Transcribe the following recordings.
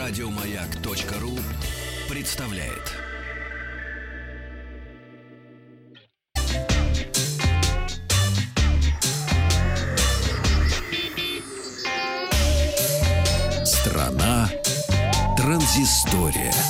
Радиомаяк.ру представляет. Страна транзистория.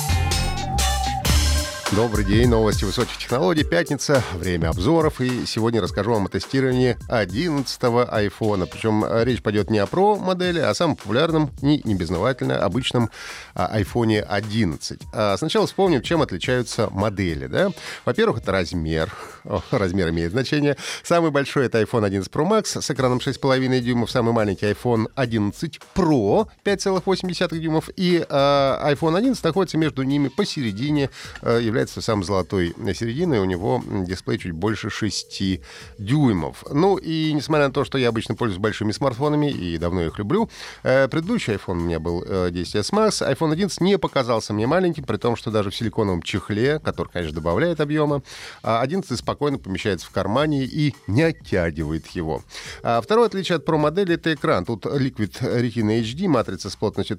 Добрый день, новости высоких технологий, пятница, время обзоров, и сегодня расскажу вам о тестировании 11-го айфона. Причем речь пойдет не о Pro модели, а о самом популярном и небезновательно обычном айфоне 11. Сначала вспомним, чем отличаются модели. Да? Во-первых, это размер. Размер имеет значение. Самый большой — это iPhone 11 Pro Max с экраном 6,5 дюймов, самый маленький iPhone 11 Pro 5,8 дюймов, и iPhone 11 находится между ними посередине, является самой золотой серединой, у него дисплей чуть больше 6 дюймов. Ну и несмотря на то, что я обычно пользуюсь большими смартфонами и давно их люблю, предыдущий iPhone у меня был 10s Max, iPhone 11 не показался мне маленьким, при том, что даже в силиконовом чехле, который, конечно, добавляет объема, 11 спокойно помещается в кармане и не оттягивает его. Второе отличие от Pro модели — это экран. Тут Liquid Retina HD, матрица с плотностью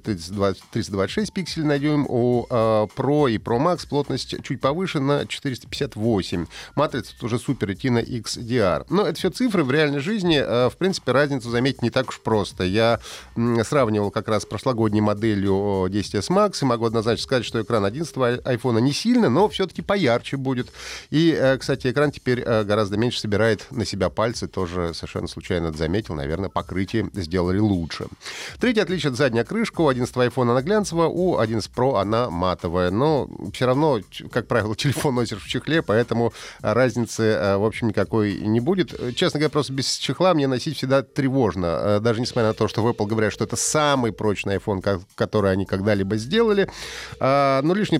326 пикселей на дюйм, у Pro и Pro Max плотность чуть повыше, на 458. Матрица тут уже Super Retina XDR. Но это все цифры. В реальной жизни, в принципе, разницу заметить не так уж просто. Я сравнивал как раз с прошлогодней моделью 10s Max, и могу однозначно сказать, что экран 11-го айфона не сильно, но все-таки поярче будет. И, кстати, экран теперь гораздо меньше собирает на себя пальцы. Тоже совершенно случайно это заметил. Наверное, покрытие сделали лучше. Третье отличие — это задняя крышка. У 11-го айфона она глянцевая, у 11 Pro она матовая. Но все равно, как правило, телефон носишь в чехле, поэтому разницы, в общем, никакой не будет. Честно говоря, просто без чехла мне носить всегда тревожно. Даже несмотря на то, что в Apple говорят, что это самый прочный iPhone, который они когда-либо сделали. Но лишний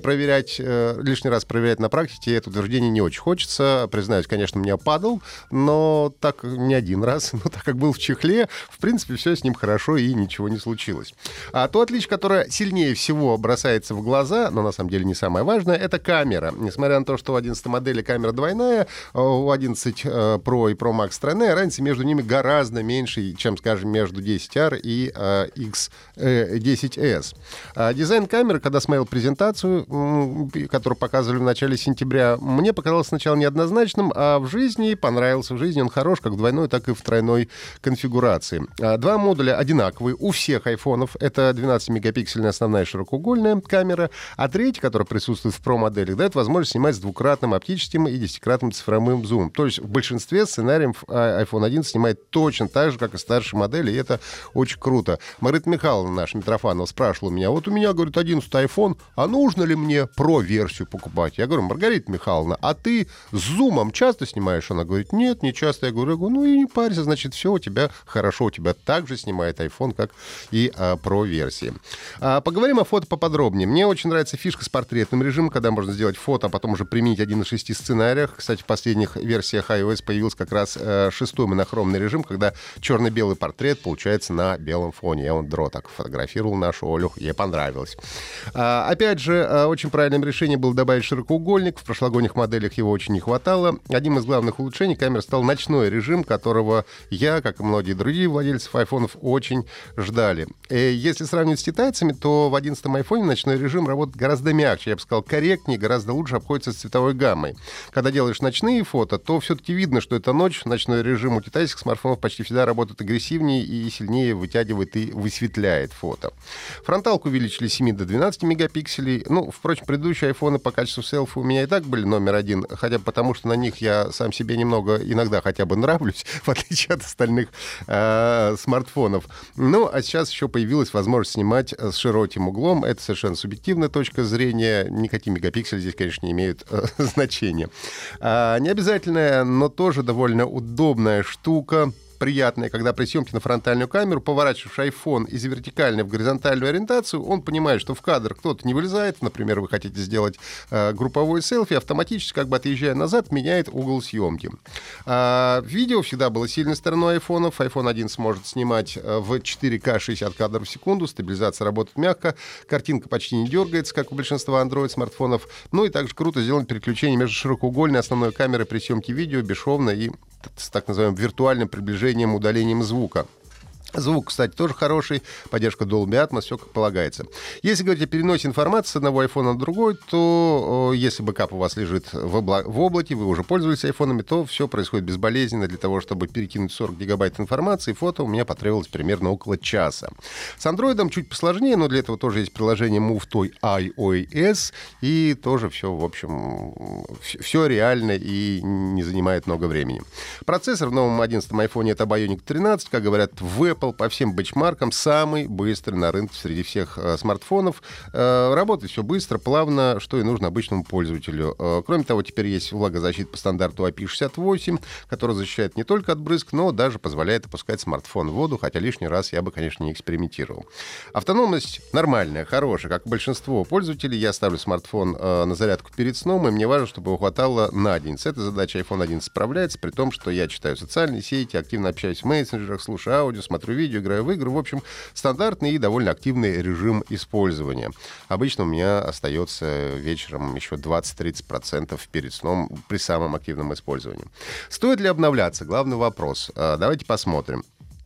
раз проверять на практике это утверждение не очень хочется. Признаюсь, конечно, у меня падал, но так не один раз. Но так как был в чехле, в принципе, все с ним хорошо и ничего не случилось. То отличие, которое сильнее всего бросается в глаза, но на самом деле не самое важное, это камера. Несмотря на то, что у 11 модели камера двойная, у 11 Pro и Pro Max тройная, разница между ними гораздо меньше, чем, скажем, между 10R и X10S. Дизайн камеры, когда смотрел презентацию, которую показывали в начале сентября, мне показалось сначала неоднозначным, а в жизни понравился. В жизни он хорош как в двойной, так и в тройной конфигурации. Два модуля одинаковые у всех айфонов. Это 12-мегапиксельная основная широкоугольная камера, а третья, которая присутствует в Pro моделях, дает возможность снимать с двукратным оптическим и 10-кратным цифровым зумом. То есть в большинстве сценариев iPhone 11 снимает точно так же, как и старшие модели, и это очень круто. Маргарита Михайловна, наша Митрофанова, спрашивала меня: вот у меня, говорит, 11 iPhone, а нужно ли мне Pro-версию покупать? Я говорю: Маргарита Михайловна, а ты с зумом часто снимаешь? Она говорит: нет, не часто. Я говорю: ну и не парься, значит, все у тебя хорошо, у тебя также снимает iPhone, как и Pro-версии. Поговорим о фото поподробнее. Мне очень нравится фишка с портретным режимом, когда можно сделать фото, а потом уже применить один из 6 сценариях. Кстати, в последних версиях iOS появился как раз 6-й монохромный режим, когда черно-белый портрет получается на белом фоне. Я вот так фотографировал нашу Олю, ей понравилось. Опять же, очень правильным решением было добавить широкоугольник. В прошлогодних моделях его очень не хватало. Одним из главных улучшений камеры стал ночной режим, которого я, как и многие другие владельцы айфонов, очень ждали. Если сравнивать с китайцами, то в 11-м айфоне ночной режим работает гораздо мягче, я бы сказал, корректнее, гораздо лучше обходится с цветовой гаммой. Когда делаешь ночные фото, то все-таки видно, что это ночь. Ночной режим у китайских смартфонов почти всегда работает агрессивнее и сильнее вытягивает и высветляет фото. Фронталку увеличили с 7 до 12 мегапикселей. Ну, впрочем, предыдущие айфоны по качеству селфи у меня и так были номер один, хотя бы потому, что на них я сам себе немного иногда хотя бы нравлюсь, в отличие от остальных смартфонов. Ну, а сейчас еще появилась возможность снимать с широким углом. Это совершенно субъективная точка зрения. Никакие мегапиксели здесь, конечно, не имеют значения. Не обязательная, но тоже довольно удобная штука. приятное, когда при съемке на фронтальную камеру поворачиваешь iPhone из вертикальной в горизонтальную ориентацию, он понимает, что в кадр кто-то не вылезает, например, вы хотите сделать групповой селфи, автоматически, как бы отъезжая назад, меняет угол съемки. Видео всегда было сильной стороной айфонов. iPhone 11 может снимать в 4К 60 кадров в секунду, стабилизация работает мягко, картинка почти не дергается, как у большинства Android-смартфонов. Ну и также круто сделано переключение между широкоугольной основной камерой при съемке видео бесшовно и с так называемым виртуальным приближением, удалением звука. Звук, кстати, тоже хороший, поддержка Dolby Atmos, все как полагается. Если говорить о переносе информации с одного айфона на другой, то если бэкап у вас лежит в облаке, вы уже пользовались айфонами, то все происходит безболезненно. Для того, чтобы перекинуть 40 гигабайт информации, фото у меня потребовалось примерно около часа. С андроидом чуть посложнее, но для этого тоже есть приложение Move iOS, и тоже все, в общем, все реально и не занимает много времени. Процессор в новом 11-м айфоне — это Bionic 13, как говорят в Apple, по всем бенчмаркам самый быстрый на рынке среди всех смартфонов. Работает все быстро, плавно, что и нужно обычному пользователю. Кроме того, теперь есть влагозащита по стандарту IP68, которая защищает не только от брызг, но даже позволяет опускать смартфон в воду, хотя лишний раз я бы, конечно, не экспериментировал. Автономность нормальная, хорошая. Как большинство пользователей, я ставлю смартфон на зарядку перед сном, и мне важно, чтобы его хватало на день. С этой задачей iPhone 11 справляется, при том, что я читаю социальные сети, активно общаюсь в мессенджерах, слушаю аудио, смотрю видео, играю в игры. В общем, стандартный и довольно активный режим использования. Обычно у меня остается вечером еще 20-30% перед сном при самом активном использовании. Стоит ли обновляться? Главный вопрос. Давайте посмотрим.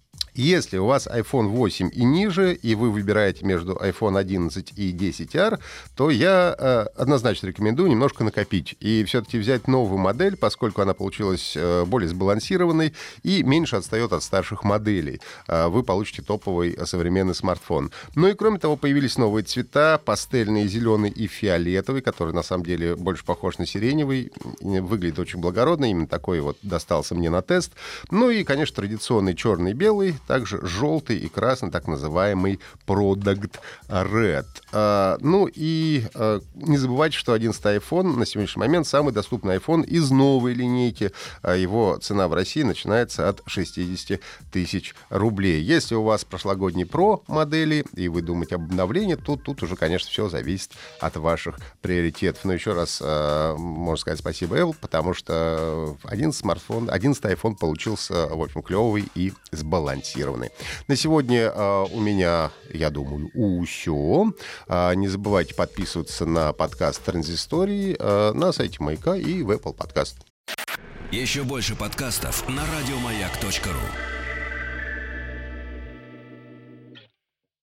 Если у вас iPhone 8 и ниже, и вы выбираете между iPhone 11 и 10R, то я однозначно рекомендую немножко накопить и все-таки взять новую модель, поскольку она получилась более сбалансированной и меньше отстает от старших моделей. Вы получите топовый современный смартфон. Ну и кроме того, появились новые цвета, пастельный, зеленый и фиолетовый, который на самом деле больше похож на сиреневый, выглядит очень благородно, именно такой вот достался мне на тест. Ну и, конечно, традиционный черный и белый, также желтый и красный, так называемый Product Red. Ну и не забывайте, что 11-й iPhone на сегодняшний момент самый доступный iPhone из новой линейки. Его цена в России начинается от 60 тысяч рублей. Если у вас прошлогодние Pro модели, и вы думаете об обновлении, то тут уже, конечно, все зависит от ваших приоритетов. Но еще раз можно сказать спасибо Apple, потому что 11-й iPhone получился, в общем, клевый и сбалансированный. На сегодня у меня, я думаю, все. Не забывайте подписываться на подкаст «Транзистории» на сайте Маяка и в Apple Podcast. Еще больше подкастов на радиомаяк.ру.